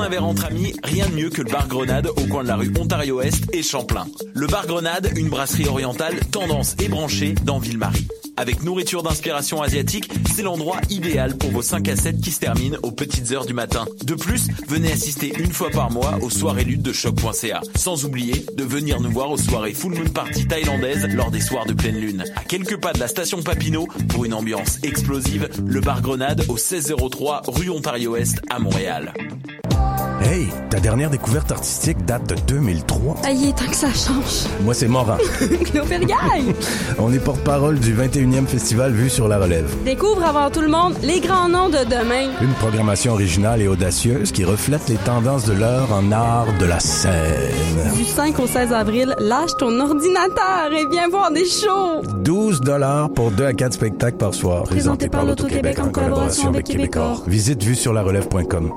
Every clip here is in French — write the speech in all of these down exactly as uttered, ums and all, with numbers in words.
prendre un verre entre amis, rien de mieux que le bar Grenade au coin de la rue Ontario-Est et Champlain. Le bar Grenade, une brasserie orientale, tendance et branchée dans Ville-Marie. Avec nourriture d'inspiration asiatique, c'est l'endroit idéal pour vos cinq à sept qui se terminent aux petites heures du matin. De plus, venez assister une fois par mois aux soirées lutte de choc point c a. Sans oublier de venir nous voir aux soirées Full Moon Party thaïlandaises lors des soirs de pleine lune. À quelques pas de la station Papineau, pour une ambiance explosive, le bar Grenade au seize zéro trois rue Ontario-Est à Montréal. Hey, ta dernière découverte artistique date de deux mille trois. Ah, il est temps que ça change. Moi, c'est Morin. Clopelgaille. On est porte-parole du vingt et unième Festival Vue sur la Relève. Découvre avant tout le monde les grands noms de demain. Une programmation originale et audacieuse qui reflète les tendances de l'heure en art de la scène. Du cinq au seize avril, lâche ton ordinateur et viens voir des shows. douze dollars pour deux à quatre spectacles par soir. Présenté par l'Auto-Québec en collaboration avec Québecor. Visite vue sur la relève point com.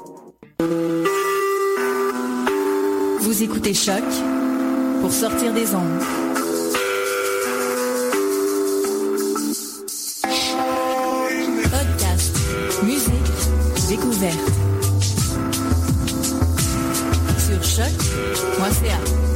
Vous écoutez Choc pour sortir des ondes. Podcast, musique, découverte. Sur choc point c a.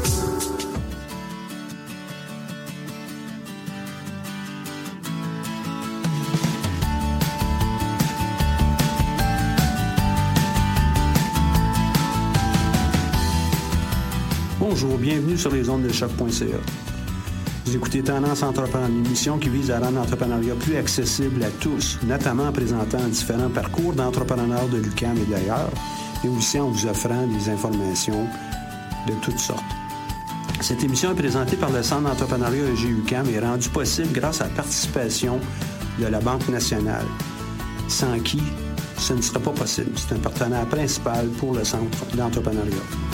Bonjour, bienvenue sur les ondes de choc point c a. Vous écoutez Tendance Entrepreneur, une émission qui vise à rendre l'entrepreneuriat plus accessible à tous, notamment en présentant différents parcours d'entrepreneurs de l'U Q A M et d'ailleurs, et aussi en vous offrant des informations de toutes sortes. Cette émission est présentée par le Centre d'entrepreneuriat E G U Q A M et rendue possible grâce à la participation de la Banque nationale, sans qui ce ne serait pas possible. C'est un partenaire principal pour le Centre d'entrepreneuriat.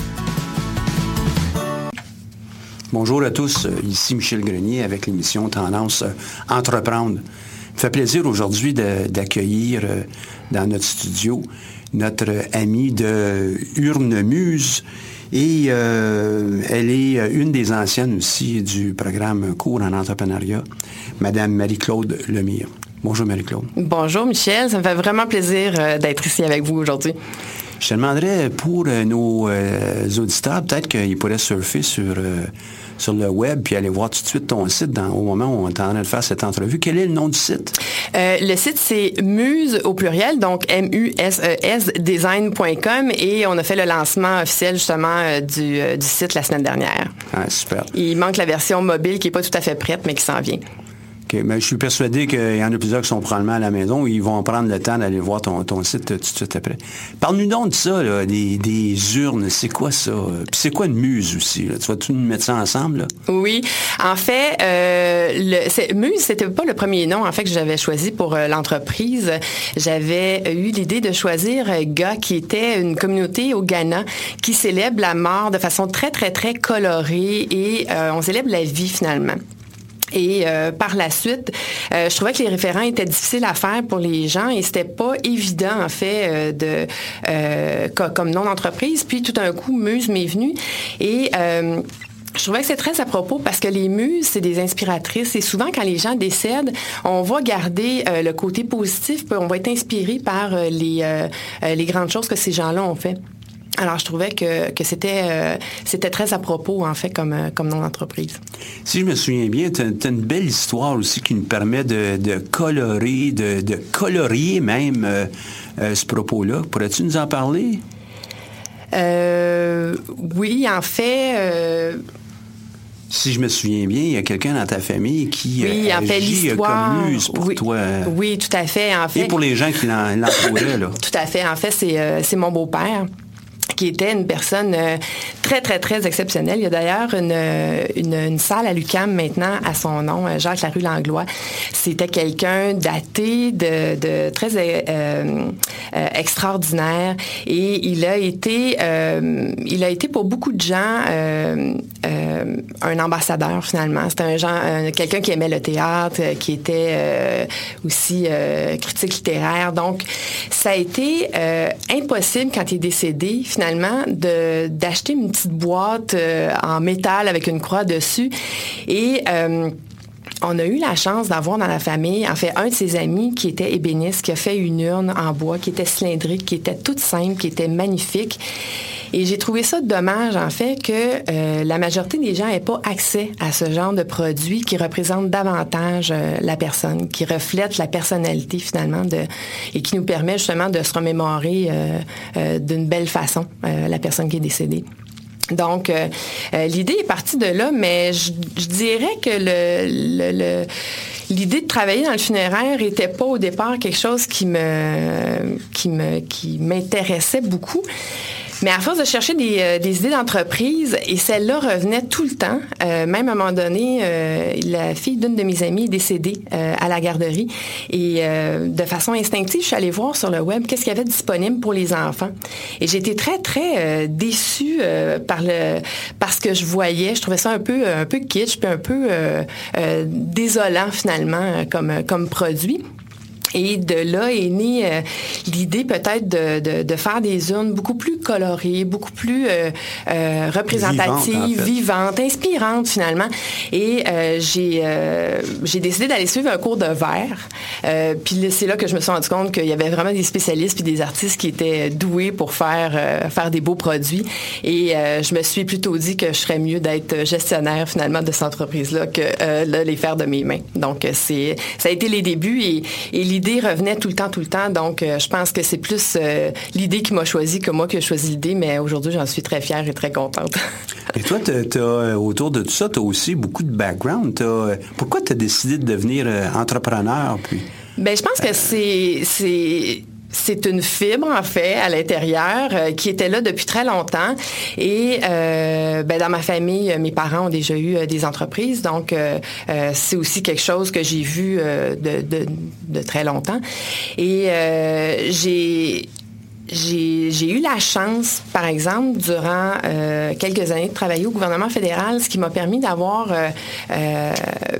Bonjour à tous, ici Michel Grenier avec l'émission Tendance Entreprendre. Il me fait plaisir aujourd'hui de, d'accueillir dans notre studio notre amie de Urnemuse et euh, elle est une des anciennes aussi du programme Cours en entrepreneuriat, Madame Marie-Claude Lemire. Bonjour Marie-Claude. Bonjour Michel, ça me fait vraiment plaisir d'être ici avec vous aujourd'hui. Je te demanderais pour nos euh, auditeurs, peut-être qu'ils pourraient surfer sur, euh, sur le web puis aller voir tout de suite ton site dans, au moment où on est en train de faire cette entrevue. Quel est le nom du site? Euh, le site, c'est Muse au pluriel, donc M U S E S design point com et on a fait le lancement officiel justement euh, du, euh, du site la semaine dernière. Ah, super. Il manque la version mobile qui n'est pas tout à fait prête, mais qui s'en vient. Okay, mais je suis persuadé qu'il y en a plusieurs qui sont probablement à la maison. Ils vont prendre le temps d'aller voir ton, ton site tout de suite après. Parle-nous donc de ça, là, des, des urnes. C'est quoi ça? Puis c'est quoi une muse aussi? Là? Tu vas-tu nous mettre ça ensemble? Là? Oui. En fait, euh, le, c'est, Muse, c'était pas le premier nom en fait que j'avais choisi pour euh, l'entreprise. J'avais eu l'idée de choisir euh, G A, qui était une communauté au Ghana qui célèbre la mort de façon très, très, très colorée et euh, on célèbre la vie finalement. Et euh, par la suite, euh, je trouvais que les référents étaient difficiles à faire pour les gens et c'était pas évident en fait euh, de euh, comme nom d'entreprise. Puis tout d'un coup, Muse m'est venue et euh, je trouvais que c'est très à propos parce que les muses, c'est des inspiratrices et souvent quand les gens décèdent, on va garder euh, le côté positif, puis on va être inspiré par euh, les euh, les grandes choses que ces gens-là ont fait. Alors, je trouvais que, que c'était, euh, c'était très à propos, en fait, comme, euh, comme nom d'entreprise. Si je me souviens bien, tu as une belle histoire aussi qui nous permet de, de colorer, de, de colorier même euh, euh, ce propos-là. Pourrais-tu nous en parler? Euh, oui, en fait... Euh Si je me souviens bien, il y a quelqu'un dans ta famille qui oui, euh, en fait, agit l'histoire, comme muse pour oui, toi. Oui, tout à fait. En fait, et pour les gens qui l'entouraient, là. Tout à fait. En fait, c'est, euh, c'est mon beau-père qui était une personne euh, très, très, très exceptionnelle. Il y a d'ailleurs une, une, une salle à l'U Q A M maintenant à son nom, Jacques Larue-Langlois. C'était quelqu'un d'athée, de, de très euh, euh, extraordinaire. Et il a été, euh, il a été pour beaucoup de gens euh, euh, un ambassadeur, finalement. C'était un genre, euh, quelqu'un qui aimait le théâtre, qui était euh, aussi euh, critique littéraire. Donc, ça a été euh, impossible, quand il est décédé, finalement, de, d'acheter une petite boîte euh, en métal avec une croix dessus. Et... Euh, on a eu la chance d'avoir dans la famille, en fait, un de ses amis qui était ébéniste, qui a fait une urne en bois, qui était cylindrique, qui était toute simple, qui était magnifique. Et j'ai trouvé ça dommage, en fait, que euh, la majorité des gens n'aient pas accès à ce genre de produit qui représente davantage euh, la personne, qui reflète la personnalité, finalement, de, et qui nous permet justement de se remémorer euh, euh, d'une belle façon euh, la personne qui est décédée. Donc, euh, euh, l'idée est partie de là, mais je, je dirais que le, le, le, l'idée de travailler dans le funéraire était pas au départ quelque chose qui me, qui me, qui m'intéressait beaucoup. Mais à force de chercher des, euh, des idées d'entreprise, et celle-là revenait tout le temps, euh, même à un moment donné, euh, la fille d'une de mes amies est décédée euh, à la garderie. Et euh, de façon instinctive, je suis allée voir sur le web qu'est-ce qu'il y avait disponible pour les enfants. Et j'ai été très, très euh, déçue euh, par le par ce que je voyais. Je trouvais ça un peu, un peu kitsch, puis un peu euh, euh, désolant, finalement, comme, comme produit. Et de là est née euh, l'idée peut-être de, de, de faire des urnes beaucoup plus colorées, beaucoup plus euh, euh, représentatives, vivantes, en fait. vivantes, inspirantes finalement. Et euh, j'ai euh, j'ai décidé d'aller suivre un cours de verre. Euh, puis c'est là que je me suis rendu compte qu'il y avait vraiment des spécialistes puis des artistes qui étaient doués pour faire euh, faire des beaux produits. Et euh, je me suis plutôt dit que je serais mieux d'être gestionnaire finalement de cette entreprise-là que euh, là, les faire de mes mains. Donc c'est ça a été les débuts et, et l'idée L'idée revenait tout le temps, tout le temps. Donc, euh, je pense que c'est plus euh, l'idée qui m'a choisi que moi qui ai choisi l'idée, mais aujourd'hui, j'en suis très fière et très contente. Et toi, t'as, t'as, autour de tout ça, tu as aussi beaucoup de background. T'as, pourquoi tu as décidé de devenir euh, entrepreneur? Puis, ben, je pense que c'est... c'est C'est une fibre, en fait, à l'intérieur, euh, qui était là depuis très longtemps. Et euh, ben, dans ma famille, mes parents ont déjà eu euh, des entreprises. Donc, euh, euh, c'est aussi quelque chose que j'ai vu euh, de, de, de très longtemps. Et euh, j'ai... J'ai, j'ai eu la chance, par exemple, durant euh, quelques années de travailler au gouvernement fédéral, ce qui m'a permis d'avoir euh, euh,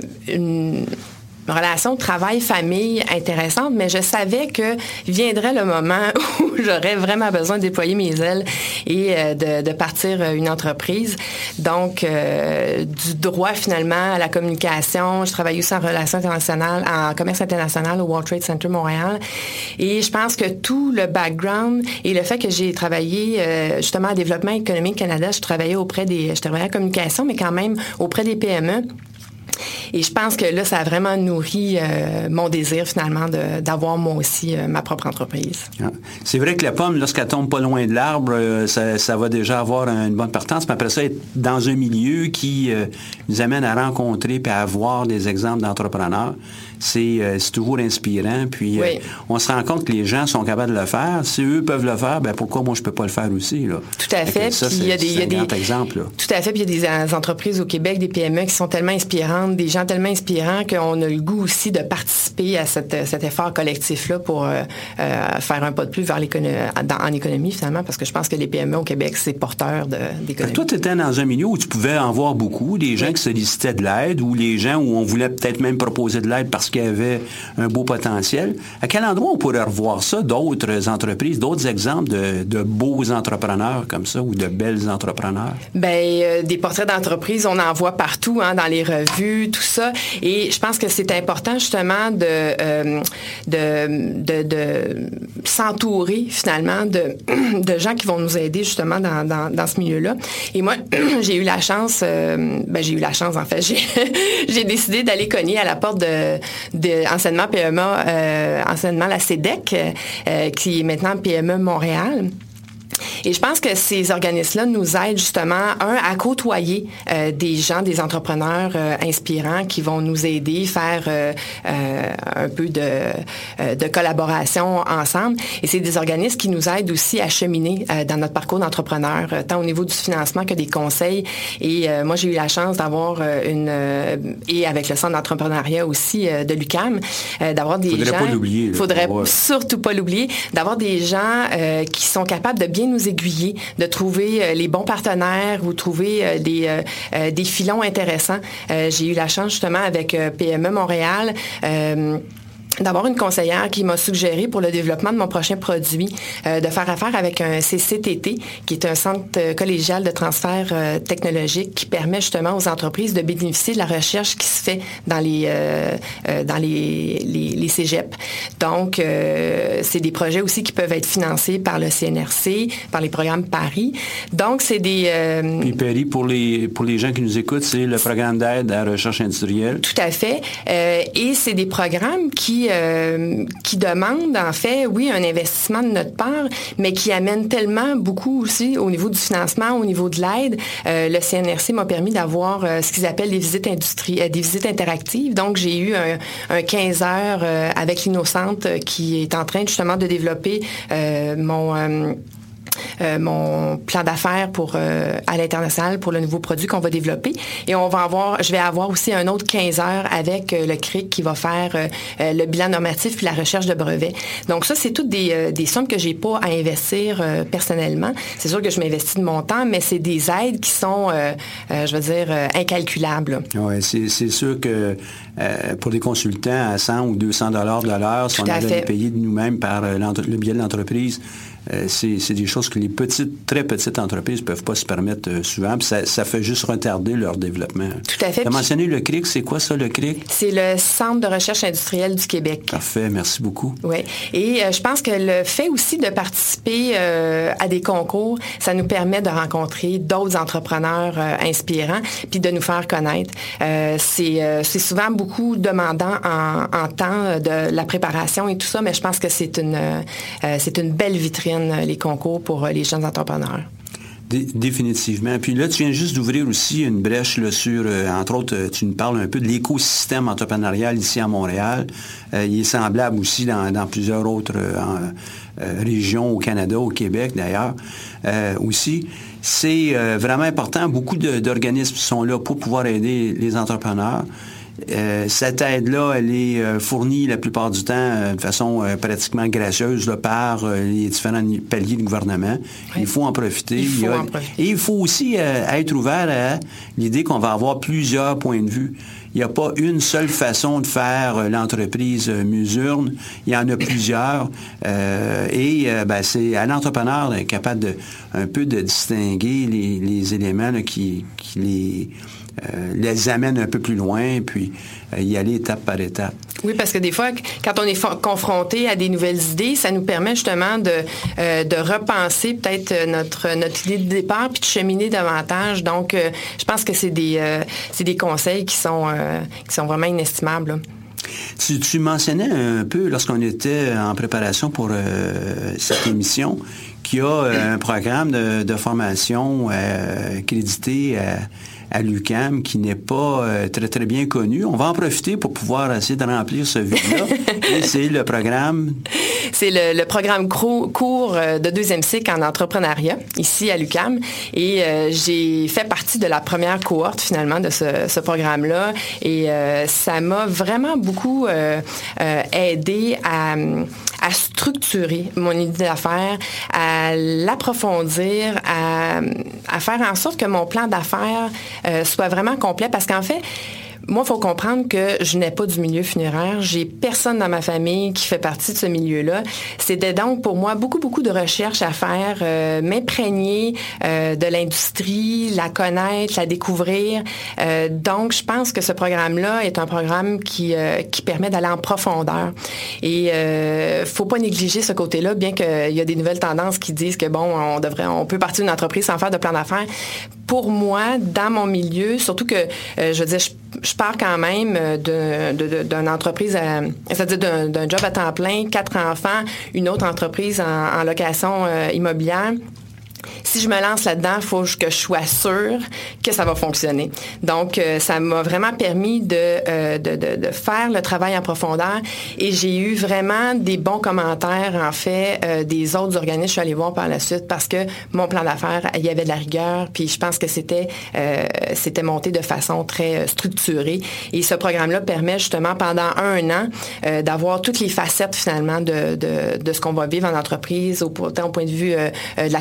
une... une relation travail-famille intéressante, mais je savais que viendrait le moment où j'aurais vraiment besoin de déployer mes ailes et euh, de, de partir une entreprise. Donc, euh, du droit finalement à la communication. Je travaille aussi en relations internationales, en commerce international au World Trade Center Montréal. Et je pense que tout le background et le fait que j'ai travaillé euh, justement en développement économique Canada, je travaillais auprès des, je travaillais en communication, mais quand même auprès des P M E. Et je pense que là, ça a vraiment nourri euh, mon désir, finalement, de, d'avoir moi aussi euh, ma propre entreprise. Ah. C'est vrai que la pomme, lorsqu'elle tombe pas loin de l'arbre, euh, ça, ça va déjà avoir une bonne partance. Mais après ça, être dans un milieu qui euh, nous amène à rencontrer et à voir des exemples d'entrepreneurs, c'est, euh, c'est toujours inspirant. Puis, oui. euh, on se rend compte que les gens sont capables de le faire. Si eux peuvent le faire, ben pourquoi moi, je peux pas le faire aussi, là? Tout à fait. Ça, puis c'est, il y a des, c'est il y a un des, grand exemple, là. Tout à fait. Puis il y a des entreprises au Québec, des P M E qui sont tellement inspirantes, des gens tellement inspirants qu'on a le goût aussi de participer à cette, cet effort collectif-là pour euh, euh, faire un pas de plus vers l'économie, dans, en économie, finalement, parce que je pense que les P M E au Québec, c'est porteur de, d'économie. Toi, tu étais dans un milieu où tu pouvais en voir beaucoup, des gens oui. qui sollicitaient de l'aide ou les gens où on voulait peut-être même proposer de l'aide parce qu'il y avait un beau potentiel. À quel endroit on pourrait revoir ça, d'autres entreprises, d'autres exemples de, de beaux entrepreneurs comme ça ou de belles entrepreneurs? Bien, euh, des portraits d'entreprise, on en voit partout, hein, dans les revues, tout ça. Et je pense que c'est important, justement, de, euh, de, de, de s'entourer, finalement, de, de gens qui vont nous aider, justement, dans, dans, dans ce milieu-là. Et moi, j'ai eu la chance, euh, ben, j'ai eu la chance, en fait, j'ai, j'ai décidé d'aller cogner à la porte de, de enseignement P M A, euh, enseignement la C E D E C, euh, qui est maintenant P M E Montréal. Et je pense que ces organismes-là nous aident justement, un, à côtoyer euh, des gens, des entrepreneurs euh, inspirants qui vont nous aider, faire euh, euh, un peu de, euh, de collaboration ensemble. Et c'est des organismes qui nous aident aussi à cheminer euh, dans notre parcours d'entrepreneur, euh, tant au niveau du financement que des conseils. Et euh, moi, j'ai eu la chance d'avoir euh, une... Euh, et avec le Centre d'entrepreneuriat aussi euh, de l'U Q A M, euh, d'avoir des faudrait gens... Faudrait pas l'oublier. Il faudrait ouais. surtout pas l'oublier, d'avoir des gens euh, qui sont capables de bien nous aiguiller, de trouver euh, les bons partenaires ou trouver euh, des, euh, euh, des filons intéressants. Euh, j'ai eu la chance justement avec euh, P M E Montréal euh, d'avoir une conseillère qui m'a suggéré pour le développement de mon prochain produit euh, de faire affaire avec un C C T T, qui est un centre collégial de transfert euh, technologique qui permet justement aux entreprises de bénéficier de la recherche qui se fait dans les euh, euh, dans les, les, les cégeps. Donc, euh, c'est des projets aussi qui peuvent être financés par le C N R C, par les programmes Paris. Donc, c'est des... Euh, Puis Paris, pour les, pour les gens qui nous écoutent, c'est le programme d'aide à la recherche industrielle. Tout à fait. Euh, et c'est des programmes qui Euh, qui demande, en fait, oui, un investissement de notre part, mais qui amène tellement beaucoup aussi au niveau du financement, au niveau de l'aide. Euh, le C N R C m'a permis d'avoir euh, ce qu'ils appellent des visites industrielles, des visites interactives. Donc, j'ai eu un, un quinze heures euh, avec l'Innocente euh, qui est en train justement de développer euh, mon... Euh, Euh, mon plan d'affaires pour euh, à l'international pour le nouveau produit qu'on va développer. Et on va avoir, je vais avoir aussi un autre quinze heures avec euh, le C R I C qui va faire euh, le bilan normatif puis la recherche de brevets. Donc ça, c'est toutes des, euh, des sommes que j'ai pas à investir euh, personnellement. C'est sûr que je m'investis de mon temps, mais c'est des aides qui sont, euh, euh, je veux dire, euh, incalculables. Oui, c'est, c'est sûr que euh, pour des consultants à cent ou deux cents dollars de l'heure, si on avait les payer de nous-mêmes par euh, le biais de l'entreprise, Euh, c'est, c'est des choses que les petites, très petites entreprises ne peuvent pas se permettre euh, souvent, puis ça, ça fait juste retarder leur développement. Tout à fait. Tu as mentionné le C R I C, c'est quoi ça, le C R I C? C'est le Centre de recherche industrielle du Québec. Parfait, merci beaucoup. Oui, et euh, je pense que le fait aussi de participer euh, à des concours, ça nous permet de rencontrer d'autres entrepreneurs euh, inspirants, puis de nous faire connaître. Euh, c'est, euh, c'est souvent beaucoup demandant en, en temps de la préparation et tout ça, mais je pense que c'est une, euh, c'est une belle vitrine, les concours pour les jeunes entrepreneurs. Dé- définitivement. Puis là, tu viens juste d'ouvrir aussi une brèche là, sur, euh, entre autres, euh, tu nous parles un peu de l'écosystème entrepreneurial ici à Montréal. Euh, il est semblable aussi dans, dans plusieurs autres euh, en, euh, régions au Canada, au Québec d'ailleurs euh, aussi. C'est euh, vraiment important. Beaucoup de, d'organismes sont là pour pouvoir aider les entrepreneurs. Euh, cette aide-là, elle est euh, fournie la plupart du temps euh, de façon euh, pratiquement gracieuse là, par euh, les différents paliers du gouvernement. Oui. Il faut en profiter. Il faut il y a, en profiter. Et il faut aussi euh, être ouvert à l'idée qu'on va avoir plusieurs points de vue. Il n'y a pas une seule façon de faire euh, l'entreprise euh, Musurne. Il y en a plusieurs. Euh, et euh, ben, c'est à l'entrepreneur d'être capable de un peu de distinguer les, les éléments là, qui, qui les... Euh, les amène un peu plus loin, puis euh, y aller étape par étape. Oui, parce que des fois, quand on est fo- confronté à des nouvelles idées, ça nous permet justement de, euh, de repenser peut-être notre, notre idée de départ, puis de cheminer davantage. Donc, euh, je pense que c'est des, euh, c'est des conseils qui sont, euh, qui sont vraiment inestimables, là. Tu, tu mentionnais un peu, lorsqu'on était en préparation pour euh, cette émission, qu'il y a euh, un programme de, de formation euh, crédité à à l'U Q A M qui n'est pas euh, très, très bien connu. On va en profiter pour pouvoir essayer de remplir ce vide-là. Et c'est le programme... C'est le, le programme cro- court de deuxième cycle en entrepreneuriat, ici à l'U Q A M. Et euh, j'ai fait partie de la première cohorte, finalement, de ce, ce programme-là. Et euh, ça m'a vraiment beaucoup euh, euh, aidé à... à structurer mon idée d'affaires, à l'approfondir, à, à faire en sorte que mon plan d'affaires euh, soit vraiment complet. Parce qu'en fait, moi, il faut comprendre que je n'ai pas du milieu funéraire. J'ai personne dans ma famille qui fait partie de ce milieu-là. C'était donc pour moi beaucoup, beaucoup de recherches à faire, euh, m'imprégner euh, de l'industrie, la connaître, la découvrir. Euh, donc, je pense que ce programme-là est un programme qui, euh, qui permet d'aller en profondeur. Et euh, faut pas négliger ce côté-là, bien qu'il y a des nouvelles tendances qui disent que, bon, on devrait, on peut partir d'une entreprise sans faire de plan d'affaires. Pour moi, dans mon milieu, surtout que, euh, je veux dire, je, je pars quand même de, de, de, d'une entreprise, à, c'est-à-dire d'un, d'un job à temps plein, quatre enfants, une autre entreprise en, en location euh, immobilière. Si je me lance là-dedans, il faut que je sois sûre que ça va fonctionner. Donc, euh, ça m'a vraiment permis de, euh, de, de, de faire le travail en profondeur et j'ai eu vraiment des bons commentaires, en fait, euh, des autres organismes. Je suis allée voir par la suite parce que mon plan d'affaires, il y avait de la rigueur, puis je pense que c'était, euh, c'était monté de façon très structurée. Et ce programme-là permet justement, pendant un an, euh, d'avoir toutes les facettes, finalement, de, de, de ce qu'on va vivre en entreprise, au, autant au point de vue euh, de la comptabilité,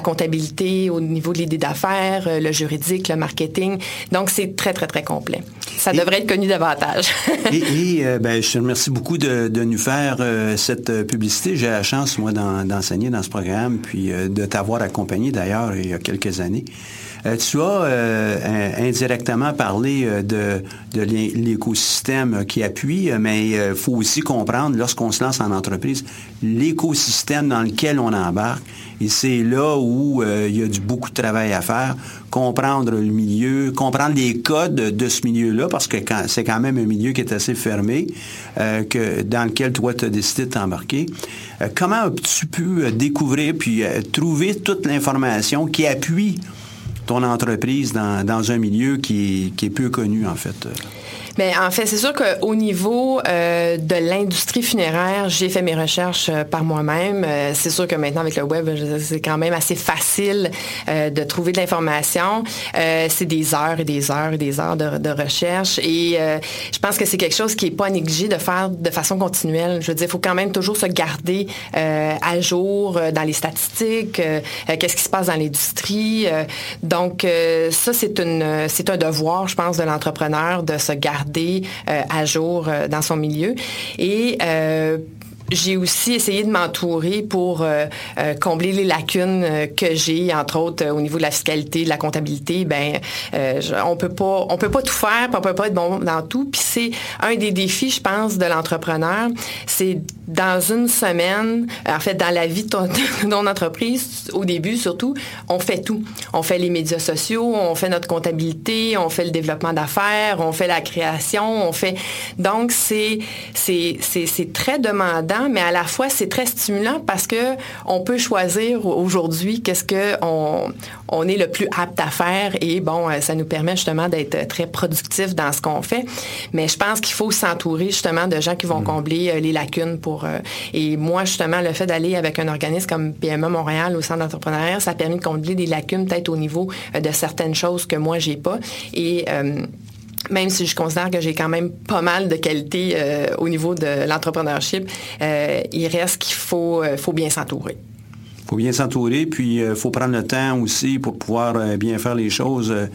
comptabilité, au niveau de l'idée d'affaires, euh, le juridique, le marketing. Donc, c'est très, très, très complet. Ça et, devrait être connu davantage. et et euh, ben, je te remercie beaucoup de, de nous faire euh, cette publicité. J'ai la chance, moi, d'en, d'enseigner dans ce programme, puis euh, de t'avoir accompagné, d'ailleurs, il y a quelques années. Euh, tu as euh, indirectement parlé euh, de, de l'écosystème qui appuie, mais il euh, faut aussi comprendre, lorsqu'on se lance en entreprise, l'écosystème dans lequel on embarque. Et c'est là où euh, il y a du, beaucoup de travail à faire. Comprendre le milieu, comprendre les codes de ce milieu-là, parce que quand, c'est quand même un milieu qui est assez fermé, euh, que, dans lequel toi, tu as décidé de t'embarquer. Euh, comment as-tu pu découvrir puis euh, trouver toute l'information qui appuie ton entreprise dans, dans un milieu qui, qui est peu connu, en fait? Bien, en fait, c'est sûr qu'au niveau euh, de l'industrie funéraire, j'ai fait mes recherches euh, par moi-même. Euh, c'est sûr que maintenant, avec le web, je, c'est quand même assez facile euh, de trouver de l'information. Euh, c'est des heures et des heures et des heures de, de recherche. Et euh, je pense que c'est quelque chose qui n'est pas négligé de faire de façon continuelle. Je veux dire, il faut quand même toujours se garder euh, à jour euh, dans les statistiques, euh, euh, qu'est-ce qui se passe dans l'industrie. Euh, donc, euh, ça, c'est, une, c'est un devoir, je pense, de l'entrepreneur de se garder Euh, à jour euh, dans son milieu. Et euh, j'ai aussi essayé de m'entourer pour euh, euh, combler les lacunes euh, que j'ai, entre autres euh, au niveau de la fiscalité, de la comptabilité. Ben, euh, je, on peut pas, on peut pas tout faire, puis on peut pas être bon dans tout. Puis c'est un des défis, je pense, de l'entrepreneur, c'est dans une semaine, en fait, dans la vie de ton, de ton entreprise, au début surtout, on fait tout. On fait les médias sociaux, on fait notre comptabilité, on fait le développement d'affaires, on fait la création, on fait... Donc, c'est, c'est, c'est, c'est très demandant, mais à la fois, c'est très stimulant parce que on peut choisir aujourd'hui qu'est-ce qu'on on est le plus apte à faire et, bon, ça nous permet justement d'être très productif dans ce qu'on fait. Mais je pense qu'il faut s'entourer justement de gens qui vont combler les lacunes pour... Et moi, justement, le fait d'aller avec un organisme comme P M E Montréal au Centre d'entrepreneuriat, ça a permis de combler des lacunes peut-être au niveau de certaines choses que moi, j'ai pas. Et... Euh, même si je considère que j'ai quand même pas mal de qualités euh, au niveau de l'entrepreneurship, euh, il reste qu'il faut, euh, faut bien s'entourer. Il faut bien s'entourer, puis il euh, faut prendre le temps aussi pour pouvoir euh, bien faire les choses euh,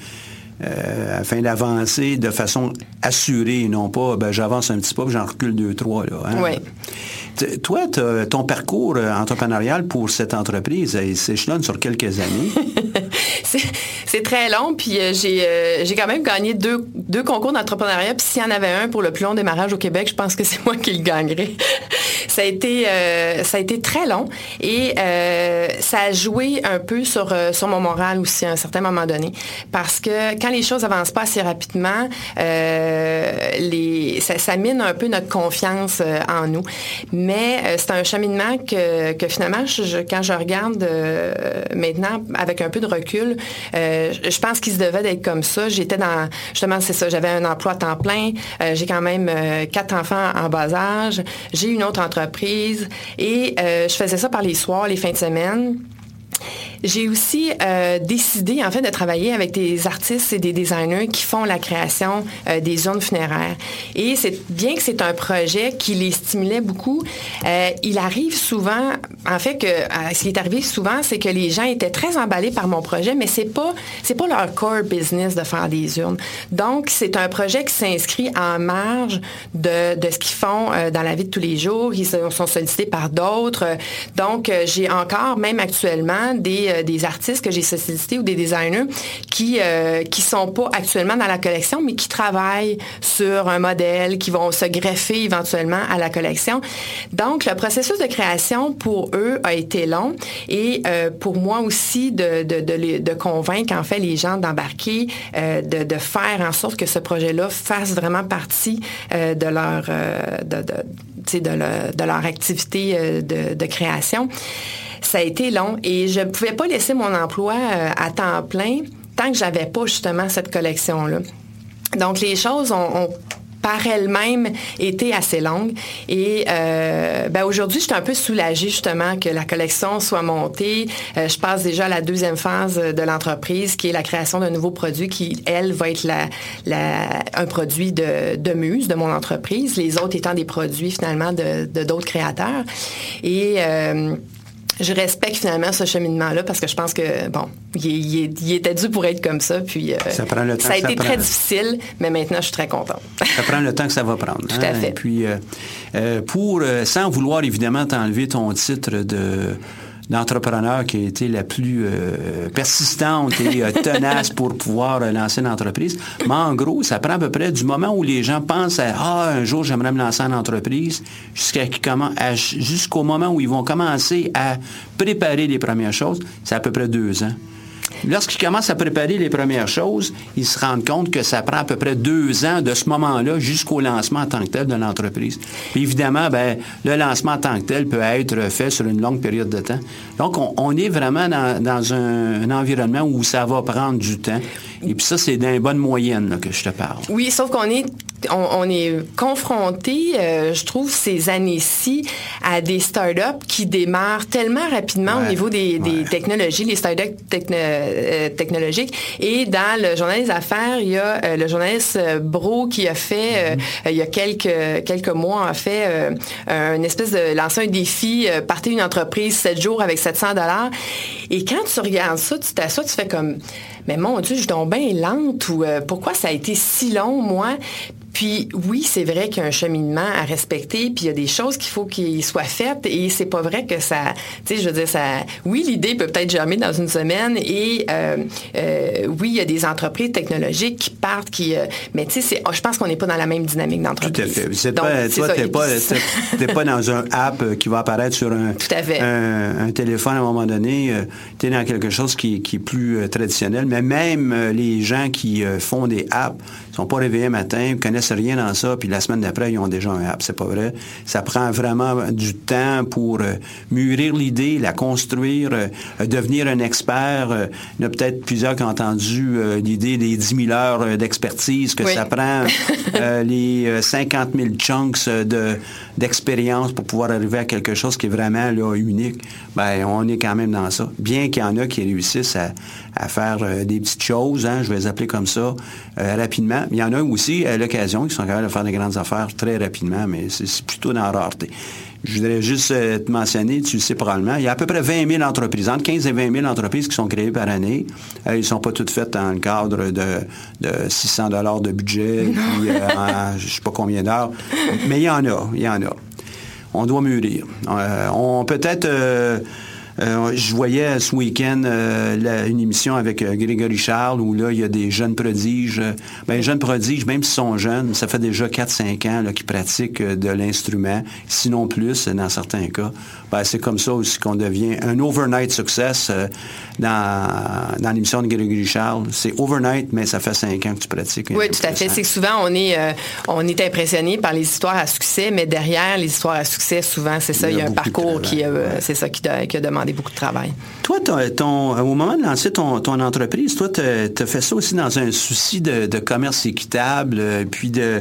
euh, afin d'avancer de façon assurée, non pas ben, j'avance un petit pas puis j'en recule deux, trois. Là, hein? Oui. Toi, ton parcours entrepreneurial pour cette entreprise, il s'échelonne sur quelques années. c'est, c'est très long, puis euh, j'ai, euh, j'ai quand même gagné deux, deux concours d'entrepreneuriat, puis s'il y en avait un pour le plus long démarrage au Québec, je pense que c'est moi qui le gagnerais. ça, a été, euh, ça a été très long et euh, ça a joué un peu sur, euh, sur mon moral aussi à un certain moment donné, parce que quand les choses avancent pas assez rapidement, euh, les, ça, ça mine un peu notre confiance euh, en nous. Mais euh, c'est un cheminement que, que finalement, je, quand je regarde euh, maintenant avec un peu de recul, euh, je pense qu'il se devait d'être comme ça. J'étais dans, justement, c'est ça, j'avais un emploi à temps plein, euh, j'ai quand même euh, quatre enfants en bas âge, j'ai une autre entreprise et euh, je faisais ça par les soirs, les fins de semaine. J'ai aussi euh, décidé, en fait, de travailler avec des artistes et des designers qui font la création euh, des urnes funéraires. Et c'est bien que c'est un projet qui les stimulait beaucoup. Euh, il arrive souvent, en fait, que euh, ce qui est arrivé souvent, c'est que les gens étaient très emballés par mon projet, mais c'est pas, c'est pas leur core business de faire des urnes. Donc, c'est un projet qui s'inscrit en marge de, de ce qu'ils font euh, dans la vie de tous les jours. Ils sont sollicités par d'autres. Donc, euh, j'ai encore, même actuellement, des des artistes que j'ai sollicités ou des designers qui euh, qui sont pas actuellement dans la collection, mais qui travaillent sur un modèle, qui vont se greffer éventuellement à la collection. Donc, le processus de création pour eux a été long et euh, pour moi aussi de, de, de, les, de convaincre en fait les gens d'embarquer, euh, de, de faire en sorte que ce projet-là fasse vraiment partie euh, de leur euh, de, de, de, leur, de leur activité euh, de, de création. Ça a été long et je ne pouvais pas laisser mon emploi euh, à temps plein tant que j'avais pas justement cette collection-là. Donc, les choses ont, ont par elles-mêmes été assez longues et euh, ben aujourd'hui, je suis un peu soulagée justement que la collection soit montée. Euh, je passe déjà à la deuxième phase de l'entreprise qui est la création d'un nouveau produit qui, elle, va être la, la, un produit de, de muse de mon entreprise, les autres étant des produits finalement de, de d'autres créateurs. Et... Euh, je respecte finalement ce cheminement-là parce que je pense que, bon, il, il, il était dû pour être comme ça. Puis, euh, ça prend le temps ça a que été ça très prend. difficile, mais maintenant, je suis très contente. Ça prend le temps que ça va prendre. Tout hein? à fait. Et puis, euh, euh, pour, euh, sans vouloir évidemment t'enlever ton titre de... d'entrepreneur qui a été la plus euh, persistante et euh, tenace pour pouvoir euh, lancer une entreprise. Mais en gros, ça prend à peu près du moment où les gens pensent à « Ah, un jour, j'aimerais me lancer en entreprise » jusqu'à qu'ils commen- à- jusqu'au moment où ils vont commencer à préparer les premières choses, c'est à peu près deux ans. Lorsqu'ils commencent à préparer les premières choses, ils se rendent compte que ça prend à peu près deux ans de ce moment-là jusqu'au lancement en tant que tel de l'entreprise. Puis évidemment, ben, le lancement en tant que tel peut être fait sur une longue période de temps. Donc, on, on est vraiment dans, dans un, un environnement où ça va prendre du temps. Et puis ça, c'est dans les bonnes moyennes là, que je te parle. Oui, sauf qu'on est on, on est confronté, euh, je trouve, ces années-ci, à des startups qui démarrent tellement rapidement ouais, au niveau des, des ouais. technologies, les startups techno, euh, technologiques. Et dans le journal des affaires, il y a euh, le journaliste Bro qui a fait, mm-hmm. euh, il y a quelques quelques mois, a fait euh, une espèce de lancer un défi, euh, partez une entreprise sept jours avec sept cents dollars. Et quand tu regardes ça, tu t'assois, tu fais comme, mais mon Dieu, je suis donc bien lente ou euh, pourquoi ça a été si long, moi? Puis oui, c'est vrai qu'il y a un cheminement à respecter, puis il y a des choses qu'il faut qu'ils soient faites, et c'est pas vrai que ça, tu sais, je veux dire, ça, oui, l'idée peut peut-être germer dans une semaine, et euh, euh, oui, il y a des entreprises technologiques qui partent, qui, euh, mais tu sais, je pense qu'on n'est pas dans la même dynamique d'entreprise. Tout à fait. C'est Donc, pas, c'est toi, tu n'es pas, t'es pas dans un app qui va apparaître sur un, Tout à fait. un, un téléphone à un moment donné. Tu es dans quelque chose qui, qui est plus euh, traditionnel, mais même euh, les gens qui euh, font des apps ne sont pas réveillés un matin, ne connaissent rien dans ça, puis la semaine d'après, ils ont déjà un app. C'est pas vrai. Ça prend vraiment du temps pour euh, mûrir l'idée, la construire, euh, devenir un expert. Euh, il y en a peut-être plusieurs qui ont entendu euh, l'idée des dix mille heures euh, d'expertise, que oui. ça prend euh, les euh, cinquante mille chunks de, d'expérience pour pouvoir arriver à quelque chose qui est vraiment là, unique. Ben, on est quand même dans ça. Bien qu'il y en a qui réussissent à, à faire euh, des petites choses, hein, je vais les appeler comme ça, euh, rapidement. Il y en a aussi, à l'occasion, qui sont capables de faire des grandes affaires très rapidement, mais c'est, c'est plutôt dans la rareté. Je voudrais juste euh, te mentionner, tu le sais probablement, il y a à peu près vingt mille entreprises, entre quinze et vingt mille entreprises qui sont créées par année. Euh, ils ne sont pas toutes faites dans le cadre de, de six cents dollars de budget, puis euh, en, je ne sais pas combien d'heures, mais il y en a, il y en a. On doit mûrir. Euh, on peut-être... Euh, Euh, je voyais ce week-end euh, la, une émission avec euh, Grégory Charles où là, il y a des jeunes prodiges. Euh, ben, jeunes prodiges, même s'ils sont jeunes, ça fait déjà quatre cinq ans là, qu'ils pratiquent euh, de l'instrument, sinon plus dans certains cas. Ben, c'est comme ça aussi qu'on devient un overnight success euh, dans, dans l'émission de Grégory Charles. C'est overnight, mais ça fait cinq ans que tu pratiques. Oui, tout à fait. C'est que souvent, on est, euh, on est impressionné par les histoires à succès, mais derrière les histoires à succès, souvent, c'est ça, il y a, il y a un parcours qui, euh, ouais. c'est ça qui, de, qui a demandé beaucoup de travail. Toi, ton, ton, au moment de lancer ton, ton entreprise, toi, tu as fait ça aussi dans un souci de, de commerce équitable, euh, puis de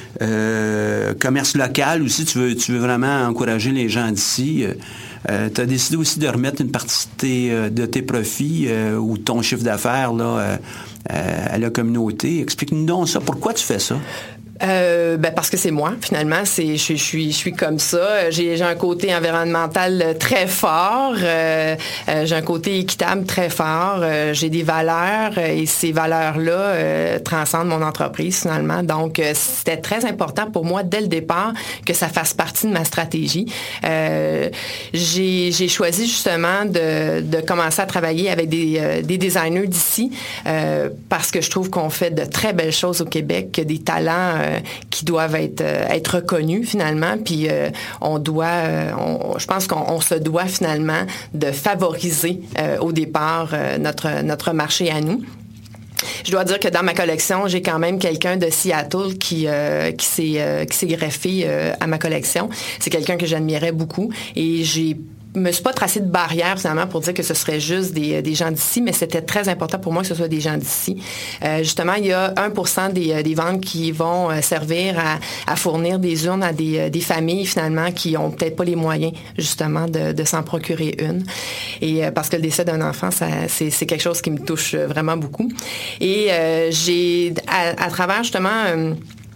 euh, commerce local aussi. Tu veux, tu veux vraiment encourager les gens d'ici. Euh, tu as décidé aussi de remettre une partie de tes, de tes profits euh, ou de ton chiffre d'affaires là, euh, à la communauté. Explique-nous donc ça. Pourquoi tu fais ça? Euh, ben parce que c'est moi, finalement. C'est, je, je, suis, je suis comme ça. J'ai, j'ai un côté environnemental très fort. Euh, euh, j'ai un côté équitable très fort. Euh, j'ai des valeurs et ces valeurs-là euh, transcendent mon entreprise, finalement. Donc, euh, c'était très important pour moi, dès le départ, que ça fasse partie de ma stratégie. Euh, j'ai, j'ai choisi, justement, de, de commencer à travailler avec des, euh, des designers d'ici euh, parce que je trouve qu'on fait de très belles choses au Québec, des talents Euh, qui doivent être, euh, être reconnus finalement, puis euh, on doit, euh, on, je pense qu'on on se doit finalement de favoriser euh, au départ euh, notre, notre marché à nous. Je dois dire que dans ma collection, j'ai quand même quelqu'un de Seattle qui, euh, qui, s'est, euh, qui s'est greffé euh, à ma collection. C'est quelqu'un que j'admirais beaucoup et j'ai me suis pas tracé de barrière finalement pour dire que ce serait juste des, des gens d'ici, mais c'était très important pour moi que ce soit des gens d'ici. Euh, justement, il y a un pour cent des, des ventes qui vont servir à, à fournir des urnes à des, des familles finalement qui ont peut-être pas les moyens justement de, de s'en procurer une. Et euh, parce que le décès d'un enfant, ça, c'est, c'est quelque chose qui me touche vraiment beaucoup. Et euh, j'ai, à, à travers justement... Euh,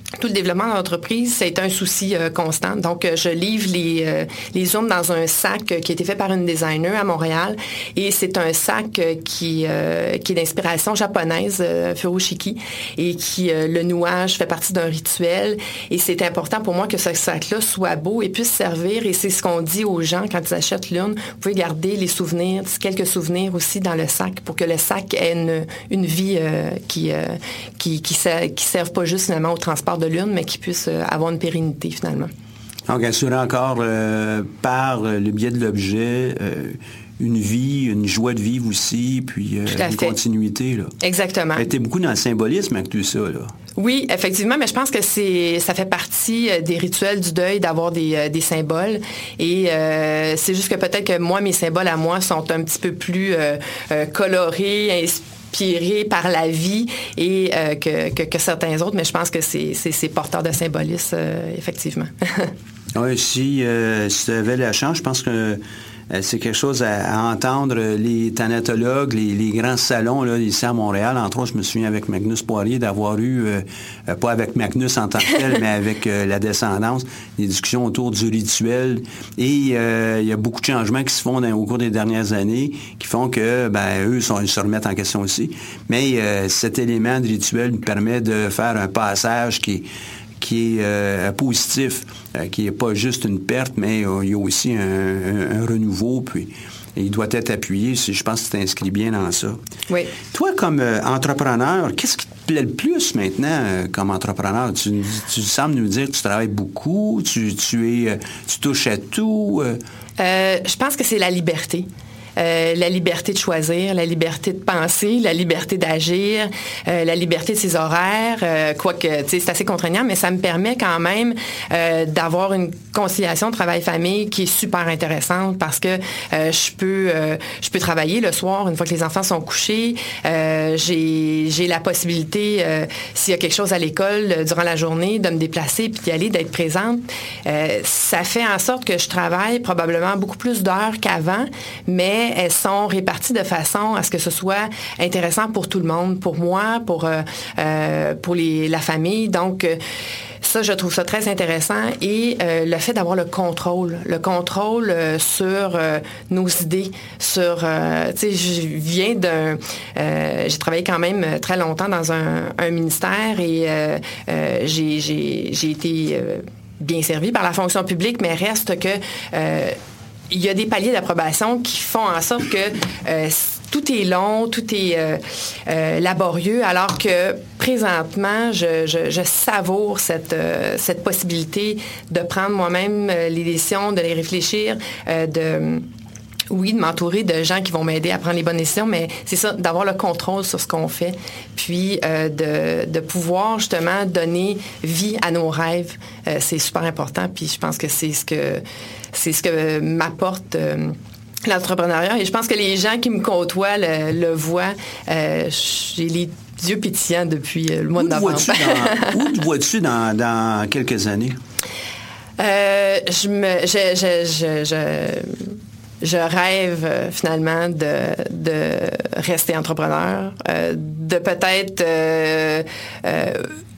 tout le développement de l'entreprise, c'est un souci euh, constant. Donc, euh, je livre les, euh, les urnes dans un sac euh, qui a été fait par une designer à Montréal. Et c'est un sac euh, qui, euh, qui est d'inspiration japonaise, euh, furoshiki, et qui, euh, le nouage fait partie d'un rituel. Et c'est important pour moi que ce sac-là soit beau et puisse servir. Et c'est ce qu'on dit aux gens quand ils achètent l'urne. Vous pouvez garder les souvenirs, quelques souvenirs aussi dans le sac pour que le sac ait une, une vie euh, qui, euh, qui, qui, qui, qui serve pas juste finalement au transport de l'urne, mais qui puisse euh, avoir une pérennité, finalement. Donc, assurer encore euh, par le biais de l'objet euh, une vie, une joie de vivre aussi, puis euh, une fait. continuité. Là. Exactement. Tu es beaucoup dans le symbolisme avec tout ça, là. Oui, effectivement, mais je pense que c'est ça fait partie des rituels du deuil d'avoir des, des symboles. Et euh, c'est juste que peut-être que moi, mes symboles à moi sont un petit peu plus euh, euh, colorés, inspirés, inspiré par la vie et euh, que, que, que certains autres, mais je pense que c'est, c'est, c'est porteur de symbolisme, euh, effectivement. Oui, si, euh, si tu avais la chance, je pense que euh, c'est quelque chose à, à entendre. Les thanatologues, les, les grands salons là, ici à Montréal, entre autres, je me souviens avec Magnus Poirier d'avoir eu, euh, pas avec Magnus en tant que tel, mais avec euh, la descendance, des discussions autour du rituel. Et euh, il y a beaucoup de changements qui se font dans, au cours des dernières années qui font que, ben, eux, sont, ils se remettent en question aussi. Mais euh, cet élément de rituel nous permet de faire un passage qui est qui est euh, positif, euh, qui n'est pas juste une perte, mais euh, il y a aussi un, un, un renouveau, puis il doit être appuyé. Je pense que tu t'inscris bien dans ça. Oui. Toi, comme euh, entrepreneur, qu'est-ce qui te plaît le plus maintenant euh, comme entrepreneur? Tu, tu sembles nous dire que tu travailles beaucoup, tu, tu, es, euh, tu touches à tout. Euh... Euh, je pense que c'est la liberté. Euh, la liberté de choisir, la liberté de penser, la liberté d'agir, euh, la liberté de ses horaires, euh, quoique, tu sais, c'est assez contraignant, mais ça me permet quand même euh, d'avoir une conciliation travail-famille qui est super intéressante parce que euh, je peux euh, je peux travailler le soir une fois que les enfants sont couchés. Euh, j'ai, j'ai la possibilité, euh, s'il y a quelque chose à l'école euh, durant la journée, de me déplacer puis d'y aller, d'être présente. Euh, ça fait en sorte que je travaille probablement beaucoup plus d'heures qu'avant, mais elles sont réparties de façon à ce que ce soit intéressant pour tout le monde, pour moi, pour, euh, euh, pour les, la famille. Donc, euh, ça, je trouve ça très intéressant. Et euh, le fait d'avoir le contrôle, le contrôle euh, sur euh, nos idées, sur... Euh, tu sais, je viens d'un... Euh, j'ai travaillé quand même très longtemps dans un, un ministère et euh, euh, j'ai, j'ai, j'ai été euh, bien servie par la fonction publique, mais reste que... Euh, il y a des paliers d'approbation qui font en sorte que euh, tout est long, tout est euh, euh, laborieux, alors que présentement, je, je, je savoure cette, euh, cette possibilité de prendre moi-même euh, les décisions, de les réfléchir, euh, de... Oui, de m'entourer de gens qui vont m'aider à prendre les bonnes décisions, mais c'est ça, d'avoir le contrôle sur ce qu'on fait, puis euh, de, de pouvoir justement donner vie à nos rêves. Euh, c'est super important, puis je pense que c'est ce que c'est ce que m'apporte euh, l'entrepreneuriat. Et je pense que les gens qui me côtoient le, le voient. Euh, j'ai les yeux pétillants depuis le mois de novembre. Où te vois-tu dans, dans quelques années? Euh, je me... je, je, je, je Je rêve euh, finalement de, de rester entrepreneur, euh, de peut-être euh, euh,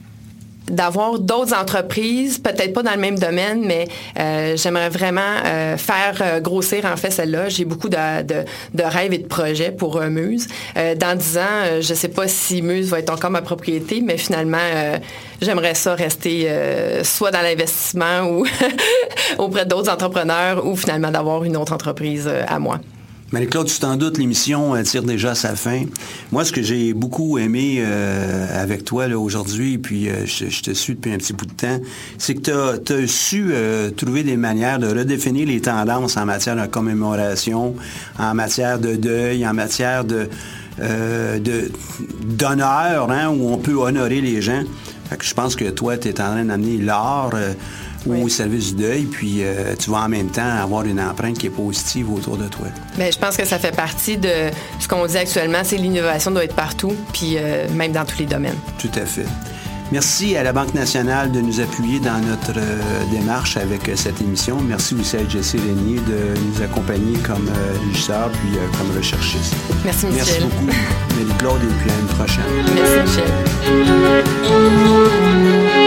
d'avoir d'autres entreprises, peut-être pas dans le même domaine, mais euh, j'aimerais vraiment euh, faire euh, grossir en fait celle-là. J'ai beaucoup de, de, de rêves et de projets pour euh, Muse. Euh, dans dix ans, euh, je sais pas si Muse va être encore ma propriété, mais finalement, euh, j'aimerais ça rester euh, soit dans l'investissement ou auprès d'autres entrepreneurs ou finalement d'avoir une autre entreprise euh, à moi. Marie-Claude, tu t'en doutes, l'émission tire déjà à sa fin. Moi, ce que j'ai beaucoup aimé euh, avec toi là, aujourd'hui, puis euh, je, je te suis depuis un petit bout de temps, c'est que tu as su euh, trouver des manières de redéfinir les tendances en matière de commémoration, en matière de deuil, en matière de, euh, de d'honneur, hein, où on peut honorer les gens. Fait que je pense que toi, tu es en train d'amener l'art euh, oui. au service du deuil, puis euh, tu vas en même temps avoir une empreinte qui est positive autour de toi. Bien, je pense que ça fait partie de ce qu'on dit actuellement, c'est l'innovation doit être partout, puis euh, même dans tous les domaines. Tout à fait. Merci à la Banque nationale de nous appuyer dans notre euh, démarche avec euh, cette émission. Merci aussi à Jessie Régnier de nous accompagner comme euh, régisseur puis euh, comme recherchiste. Merci, Michel. Merci beaucoup, Marie-Claude, et puis à une prochaine. Merci, Michel.